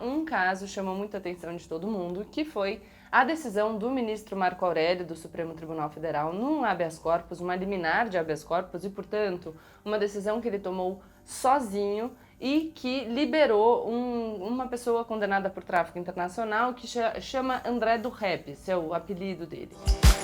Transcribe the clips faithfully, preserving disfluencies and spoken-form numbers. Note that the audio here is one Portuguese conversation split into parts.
um caso chamou muita atenção de todo mundo, que foi a decisão do ministro Marco Aurélio do Supremo Tribunal Federal num habeas corpus, uma liminar de habeas corpus e, portanto, uma decisão que ele tomou sozinho e que liberou um, uma pessoa condenada por tráfico internacional que chama André do Rep, esse é o apelido dele.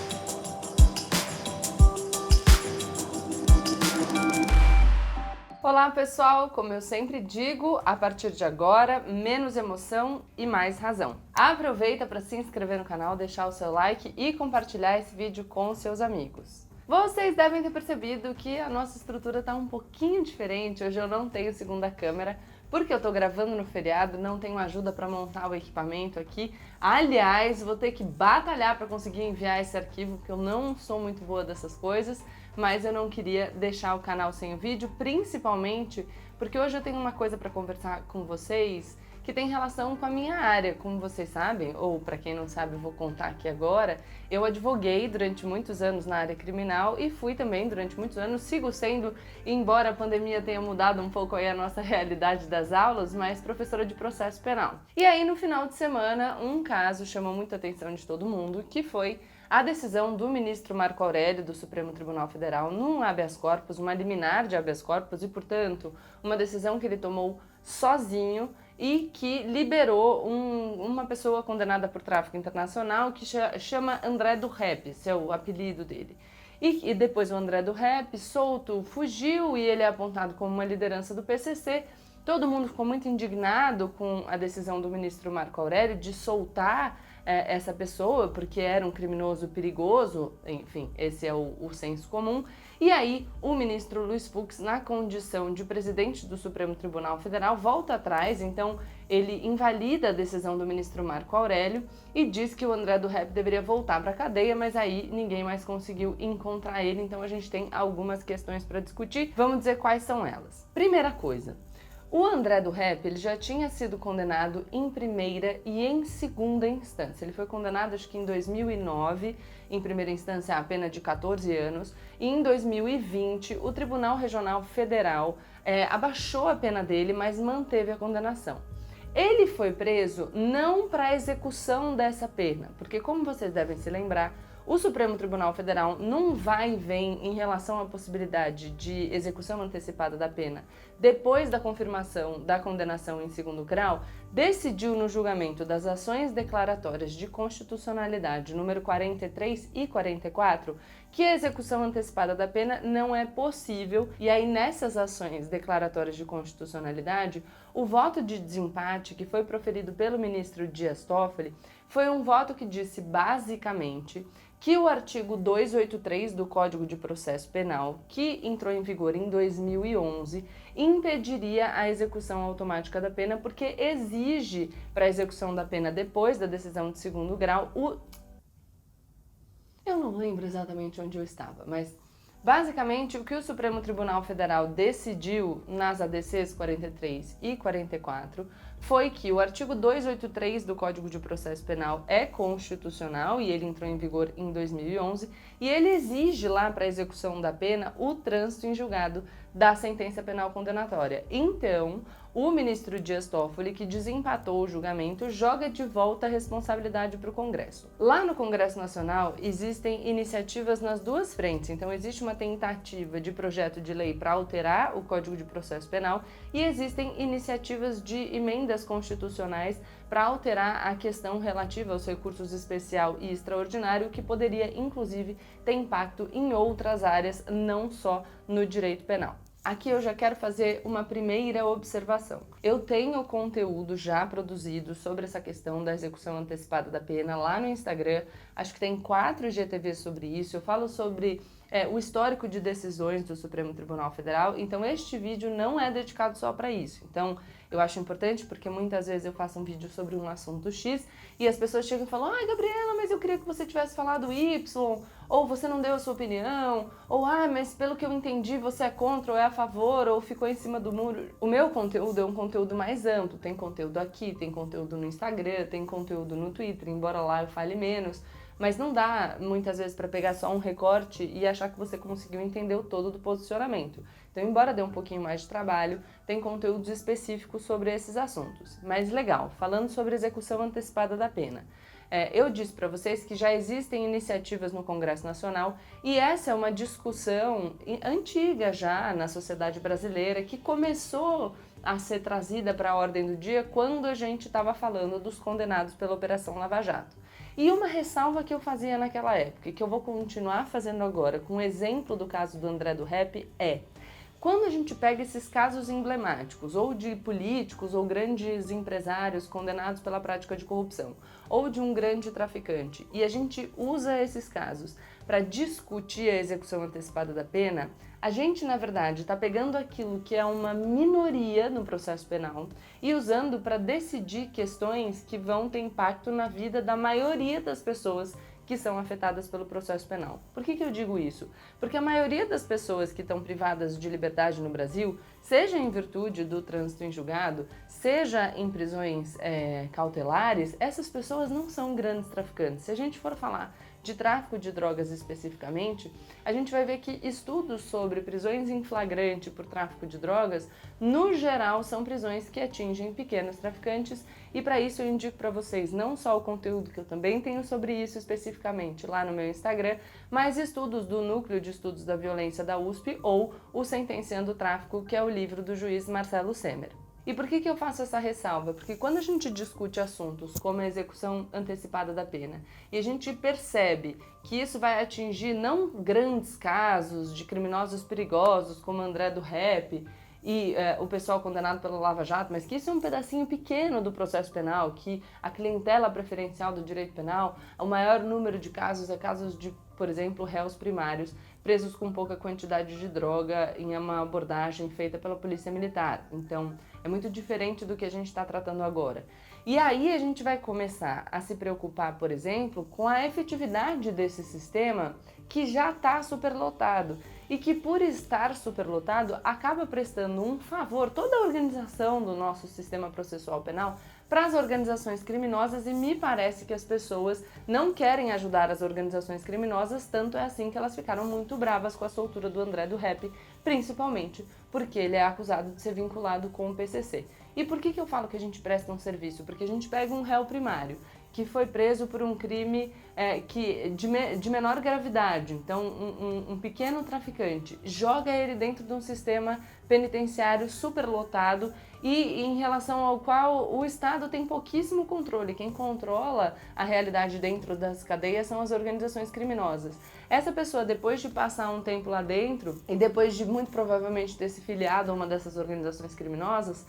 Olá pessoal, como eu sempre digo, a partir de agora, menos emoção e mais razão. Aproveita para se inscrever no canal, deixar o seu like e compartilhar esse vídeo com seus amigos. Vocês devem ter percebido que a nossa estrutura está um pouquinho diferente, hoje eu não tenho segunda câmera, porque eu tô gravando no feriado, não tenho ajuda para montar o equipamento aqui. Aliás, vou ter que batalhar para conseguir enviar esse arquivo, porque eu não sou muito boa dessas coisas, mas eu não queria deixar o canal sem o vídeo, principalmente porque hoje eu tenho uma coisa para conversar com vocês que tem relação com a minha área. Como vocês sabem, ou para quem não sabe, eu vou contar aqui agora, eu advoguei durante muitos anos na área criminal e fui também durante muitos anos, sigo sendo, embora a pandemia tenha mudado um pouco aí a nossa realidade das aulas, mas professora de processo penal. E aí no final de semana, um caso chamou muita atenção de todo mundo, que foi a decisão do ministro Marco Aurélio do Supremo Tribunal Federal num habeas corpus, uma liminar de habeas corpus e, portanto, uma decisão que ele tomou sozinho e que liberou um, uma pessoa condenada por tráfico internacional que chama André do Rep, esse é o apelido dele. E, e depois o André do Rep, solto, fugiu e ele é apontado como uma liderança do P C C. Todo mundo ficou muito indignado com a decisão do ministro Marco Aurélio de soltar é, essa pessoa, porque era um criminoso perigoso, enfim, esse é o, o senso comum. E aí o ministro Luiz Fux, na condição de presidente do Supremo Tribunal Federal, volta atrás, então ele invalida a decisão do ministro Marco Aurélio e diz que o André do Rep deveria voltar para a cadeia, mas aí ninguém mais conseguiu encontrar ele, então a gente tem algumas questões para discutir. Vamos dizer quais são elas. Primeira coisa, o André do Rep ele já tinha sido condenado em primeira e em segunda instância. Ele foi condenado acho que em dois mil e nove, em primeira instância a pena de quatorze anos, e em dois mil e vinte o Tribunal Regional Federal é, abaixou a pena dele, mas manteve a condenação. Ele foi preso não para a execução dessa pena, porque como vocês devem se lembrar, o Supremo Tribunal Federal num vai e vem em relação à possibilidade de execução antecipada da pena depois da confirmação da condenação em segundo grau, decidiu no julgamento das ações declaratórias de constitucionalidade número quarenta e três e quarenta e quatro que a execução antecipada da pena não é possível, e aí nessas ações declaratórias de constitucionalidade, o voto de desempate que foi proferido pelo ministro Dias Toffoli foi um voto que disse basicamente que o artigo duzentos e oitenta e três do Código de Processo Penal, que entrou em vigor em dois mil e onze, impediria a execução automática da pena porque exige para a execução da pena depois da decisão de segundo grau o... Eu não lembro exatamente onde eu estava, mas basicamente o que o Supremo Tribunal Federal decidiu nas A D Cs quarenta e três e quarenta e quatro foi que o artigo duzentos e oitenta e três do Código de Processo Penal é constitucional e ele entrou em vigor em dois mil e onze e ele exige lá para a execução da pena o trânsito em julgado da sentença penal condenatória. Então, o ministro Dias Toffoli, que desempatou o julgamento, joga de volta a responsabilidade para o Congresso. Lá no Congresso Nacional existem iniciativas nas duas frentes, então existe uma tentativa de projeto de lei para alterar o Código de Processo Penal e existem iniciativas de emendas constitucionais para alterar a questão relativa aos recursos especial e extraordinário, que poderia inclusive ter impacto em outras áreas, não só no direito penal. Aqui eu já quero fazer uma primeira observação. Eu tenho conteúdo já produzido sobre essa questão da execução antecipada da pena lá no Instagram, acho que tem quatro G T Vs sobre isso, eu falo sobre é, o histórico de decisões do Supremo Tribunal Federal, então este vídeo não é dedicado só para isso. Então eu acho importante porque muitas vezes eu faço um vídeo sobre um assunto X e as pessoas chegam e falam: ai, Gabriela, mas eu queria que você tivesse falado Y, ou você não deu a sua opinião, ou ah, mas pelo que eu entendi você é contra ou é a favor, ou ficou em cima do muro. O meu conteúdo é um conteúdo mais amplo, tem conteúdo aqui, tem conteúdo no Instagram, tem conteúdo no Twitter, embora lá eu fale menos, mas não dá muitas vezes para pegar só um recorte e achar que você conseguiu entender o todo do posicionamento. Então, embora dê um pouquinho mais de trabalho, tem conteúdos específicos sobre esses assuntos. Mas legal, falando sobre execução antecipada da pena. É, eu disse para vocês que já existem iniciativas no Congresso Nacional e essa é uma discussão antiga já na sociedade brasileira que começou a ser trazida para a ordem do dia quando a gente estava falando dos condenados pela Operação Lava Jato. E uma ressalva que eu fazia naquela época e que eu vou continuar fazendo agora com o exemplo do caso do André do Rap é: quando a gente pega esses casos emblemáticos, ou de políticos ou grandes empresários condenados pela prática de corrupção, ou de um grande traficante, e a gente usa esses casos para discutir a execução antecipada da pena, a gente, na verdade, está pegando aquilo que é uma minoria no processo penal e usando para decidir questões que vão ter impacto na vida da maioria das pessoas que são afetadas pelo processo penal. Por que que eu digo isso? Porque a maioria das pessoas que estão privadas de liberdade no Brasil, seja em virtude do trânsito em julgado, seja em prisões é, cautelares, essas pessoas não são grandes traficantes. Se a gente for falar de tráfico de drogas especificamente, a gente vai ver que estudos sobre prisões em flagrante por tráfico de drogas, no geral, são prisões que atingem pequenos traficantes, e para isso eu indico para vocês não só o conteúdo que eu também tenho sobre isso especificamente lá no meu Instagram, mas estudos do Núcleo de Estudos da Violência da U S P ou o Sentenciando o Tráfico, que é o livro do juiz Marcelo Semer. E por que que eu faço essa ressalva? Porque quando a gente discute assuntos como a execução antecipada da pena e a gente percebe que isso vai atingir não grandes casos de criminosos perigosos como André do Rap e é, o pessoal condenado pela Lava Jato, mas que isso é um pedacinho pequeno do processo penal, que a clientela preferencial do direito penal, o maior número de casos é casos de, por exemplo, réus primários, presos com pouca quantidade de droga em uma abordagem feita pela Polícia Militar. Então, é muito diferente do que a gente está tratando agora. E aí a gente vai começar a se preocupar, por exemplo, com a efetividade desse sistema que já está superlotado e que, por estar superlotado, acaba prestando um favor, toda a organização do nosso sistema processual penal, para as organizações criminosas, e me parece que as pessoas não querem ajudar as organizações criminosas, tanto é assim que elas ficaram muito bravas com a soltura do André do Rap, principalmente porque ele é acusado de ser vinculado com o P C C. E por que que eu falo que a gente presta um serviço? Porque a gente pega um réu primário que foi preso por um crime é, que, de, me, de menor gravidade, então um, um, um pequeno traficante, joga ele dentro de um sistema penitenciário superlotado e em relação ao qual o Estado tem pouquíssimo controle. Quem controla a realidade dentro das cadeias são as organizações criminosas. Essa pessoa, depois de passar um tempo lá dentro e depois de muito provavelmente ter se filiado a uma dessas organizações criminosas,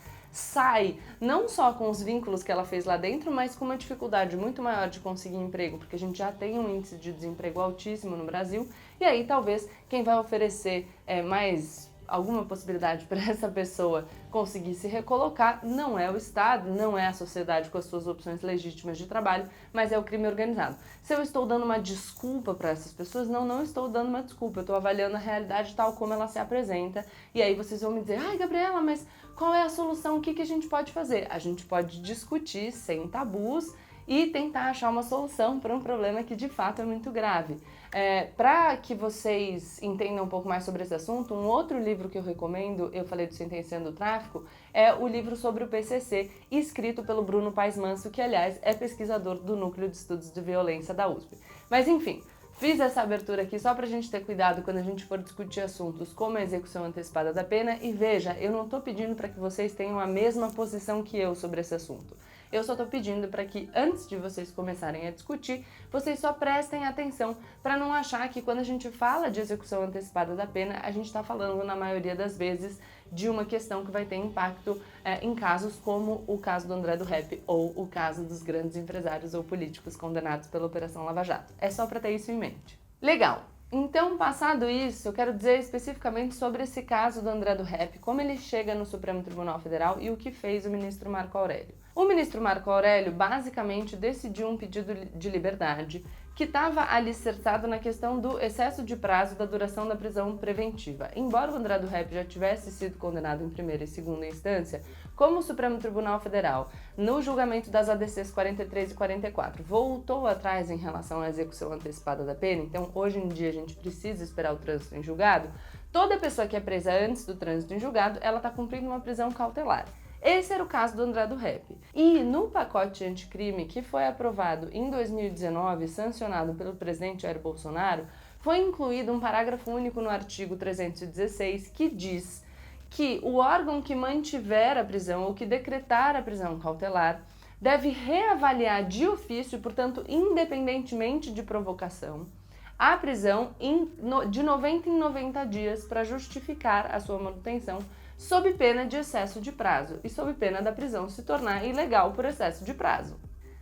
sai não só com os vínculos que ela fez lá dentro, mas com uma dificuldade muito maior de conseguir emprego, porque a gente já tem um índice de desemprego altíssimo no Brasil, e aí talvez quem vai oferecer é, mais alguma possibilidade para essa pessoa conseguir se recolocar não é o Estado, não é a sociedade com as suas opções legítimas de trabalho, mas é o crime organizado. Se eu estou dando uma desculpa para essas pessoas, não, não estou dando uma desculpa, eu estou avaliando a realidade tal como ela se apresenta, e aí vocês vão me dizer: ai, Gabriela, mas qual é a solução? O que que a gente pode fazer? A gente pode discutir sem tabus e tentar achar uma solução para um problema que de fato é muito grave. É, para que vocês entendam um pouco mais sobre esse assunto, um outro livro que eu recomendo, eu falei do Sentenciando o Tráfico, é o livro sobre o P C C, escrito pelo Bruno Paes Manso, que aliás é pesquisador do Núcleo de Estudos de Violência da U S P. Mas enfim, fiz essa abertura aqui só pra gente ter cuidado quando a gente for discutir assuntos como a execução antecipada da pena, e veja, eu não tô pedindo para que vocês tenham a mesma posição que eu sobre esse assunto. Eu só tô pedindo para que, antes de vocês começarem a discutir, vocês só prestem atenção para não achar que quando a gente fala de execução antecipada da pena, a gente está falando, na maioria das vezes, de uma questão que vai ter impacto é, em casos como o caso do André do Rap ou o caso dos grandes empresários ou políticos condenados pela Operação Lava Jato. É só para ter isso em mente. Legal! Então, passado isso, eu quero dizer especificamente sobre esse caso do André do Rap, como ele chega no Supremo Tribunal Federal e o que fez o ministro Marco Aurélio. O ministro Marco Aurélio basicamente decidiu um pedido de liberdade que estava alicerçado na questão do excesso de prazo da duração da prisão preventiva. Embora o André do Rep já tivesse sido condenado em primeira e segunda instância, como o Supremo Tribunal Federal, no julgamento das A D Cs quarenta e três e quarenta e quatro, voltou atrás em relação à execução antecipada da pena, então hoje em dia a gente precisa esperar o trânsito em julgado, toda pessoa que é presa antes do trânsito em julgado, ela está cumprindo uma prisão cautelar. Esse era o caso do André do Rep. E no pacote anticrime que foi aprovado em dois mil e dezenove, sancionado pelo presidente Jair Bolsonaro, foi incluído um parágrafo único no artigo trezentos e dezesseis que diz que o órgão que mantiver a prisão ou que decretar a prisão cautelar deve reavaliar de ofício, portanto, independentemente de provocação, a prisão de noventa em noventa dias para justificar a sua manutenção sob pena de excesso de prazo e sob pena da prisão se tornar ilegal por excesso de prazo.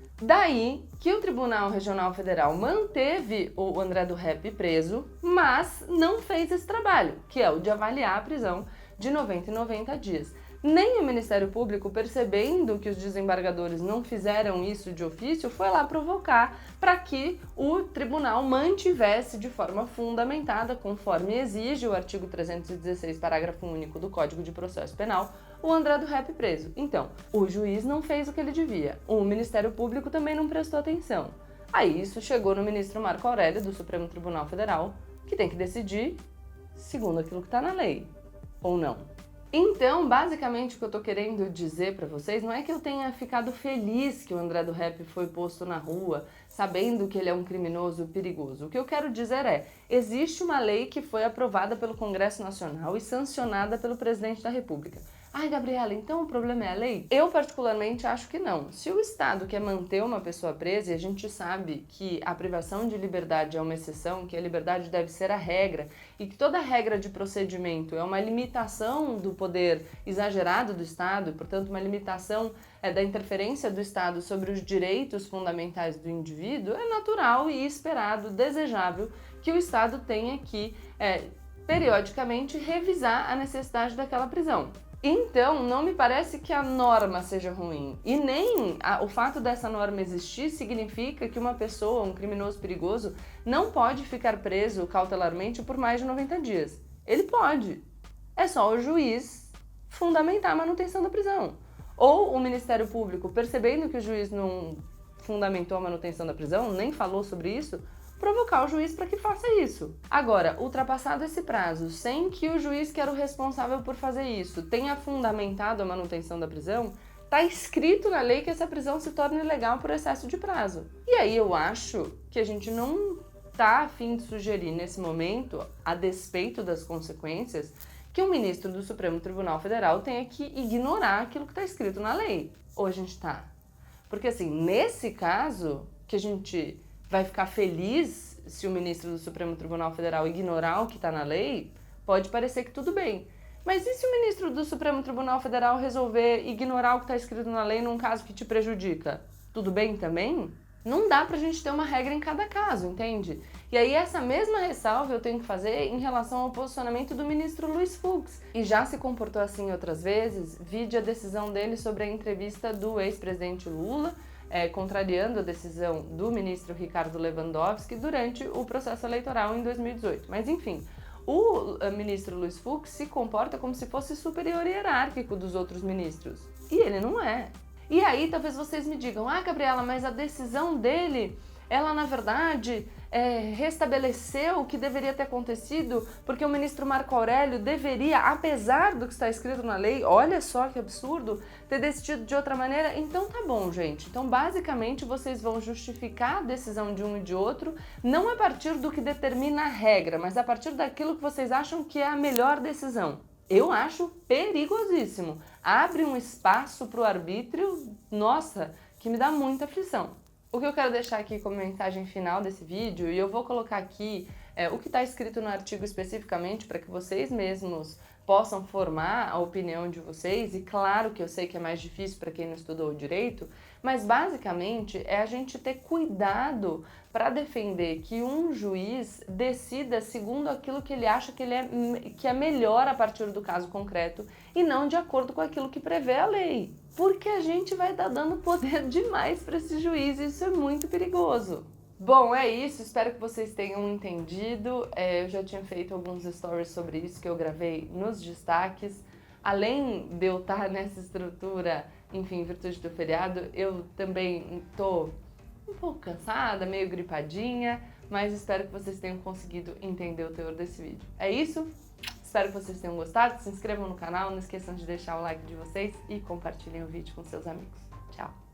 Daí que o Tribunal Regional Federal manteve o André do Rep preso, mas não fez esse trabalho, que é o de avaliar a prisão de noventa em noventa dias. Nem o Ministério Público, percebendo que os desembargadores não fizeram isso de ofício, foi lá provocar para que o tribunal mantivesse de forma fundamentada, conforme exige o artigo trezentos e dezesseis, parágrafo único do Código de Processo Penal, o André do Rep preso. Então, o juiz não fez o que ele devia, o Ministério Público também não prestou atenção. Aí isso chegou no ministro Marco Aurélio, do Supremo Tribunal Federal, que tem que decidir segundo aquilo que está na lei, ou não. Então, basicamente, o que eu tô querendo dizer pra vocês não é que eu tenha ficado feliz que o André do Rep foi posto na rua, sabendo que ele é um criminoso perigoso. O que eu quero dizer é, existe uma lei que foi aprovada pelo Congresso Nacional e sancionada pelo Presidente da República. Ai, Gabriela, então o problema é a lei? Eu particularmente acho que não. Se o Estado quer manter uma pessoa presa, e a gente sabe que a privação de liberdade é uma exceção, que a liberdade deve ser a regra, e que toda regra de procedimento é uma limitação do poder exagerado do Estado, e, portanto, uma limitação é, da interferência do Estado sobre os direitos fundamentais do indivíduo, é natural e esperado, desejável, que o Estado tenha que, é, periodicamente, revisar a necessidade daquela prisão. Então, não me parece que a norma seja ruim, e nem a, o fato dessa norma existir significa que uma pessoa, um criminoso perigoso, não pode ficar preso cautelarmente por mais de noventa dias. Ele pode. É só o juiz fundamentar a manutenção da prisão. Ou o Ministério Público, percebendo que o juiz não fundamentou a manutenção da prisão, nem falou sobre isso, provocar o juiz para que faça isso. Agora, ultrapassado esse prazo, sem que o juiz, que era o responsável por fazer isso, tenha fundamentado a manutenção da prisão, está escrito na lei que essa prisão se torna ilegal por excesso de prazo. E aí eu acho que a gente não está a fim de sugerir nesse momento, a despeito das consequências, que o ministro do Supremo Tribunal Federal tenha que ignorar aquilo que está escrito na lei. Ou a gente está? Porque assim, nesse caso, que a gente vai ficar feliz se o ministro do Supremo Tribunal Federal ignorar o que está na lei, pode parecer que tudo bem. Mas e se o ministro do Supremo Tribunal Federal resolver ignorar o que está escrito na lei num caso que te prejudica? Tudo bem também? Não dá pra gente ter uma regra em cada caso, entende? E aí essa mesma ressalva eu tenho que fazer em relação ao posicionamento do ministro Luiz Fux. E já se comportou assim outras vezes, vide a decisão dele sobre a entrevista do ex-presidente Lula, É, contrariando a decisão do ministro Ricardo Lewandowski durante o processo eleitoral em dois mil e dezoito. Mas enfim, o ministro Luiz Fux se comporta como se fosse superior e hierárquico dos outros ministros. E ele não é. E aí talvez vocês me digam, ah, Gabriela, mas a decisão dele, ela na verdade é, restabeleceu o que deveria ter acontecido, porque o ministro Marco Aurélio deveria, apesar do que está escrito na lei, olha só que absurdo, ter decidido de outra maneira. Então tá bom, gente. Então basicamente vocês vão justificar a decisão de um e de outro, não a partir do que determina a regra, mas a partir daquilo que vocês acham que é a melhor decisão. Eu acho perigosíssimo. Abre um espaço para o arbítrio, nossa, que me dá muita aflição. O que eu quero deixar aqui como mensagem final desse vídeo, e eu vou colocar aqui é, o que está escrito no artigo especificamente para que vocês mesmos possam formar a opinião de vocês, e claro que eu sei que é mais difícil para quem não estudou direito, mas basicamente é a gente ter cuidado para defender que um juiz decida segundo aquilo que ele acha que, ele é, que é melhor a partir do caso concreto e não de acordo com aquilo que prevê a lei. Porque a gente vai estar dando poder demais para esse juiz e isso é muito perigoso. Bom, é isso, espero que vocês tenham entendido. É, eu já tinha feito alguns stories sobre isso que eu gravei nos destaques. Além de eu estar nessa estrutura, enfim, em virtude do feriado, eu também tô um pouco cansada, meio gripadinha, mas espero que vocês tenham conseguido entender o teor desse vídeo. É isso, espero que vocês tenham gostado, se inscrevam no canal, não esqueçam de deixar o like de vocês e compartilhem o vídeo com seus amigos. Tchau!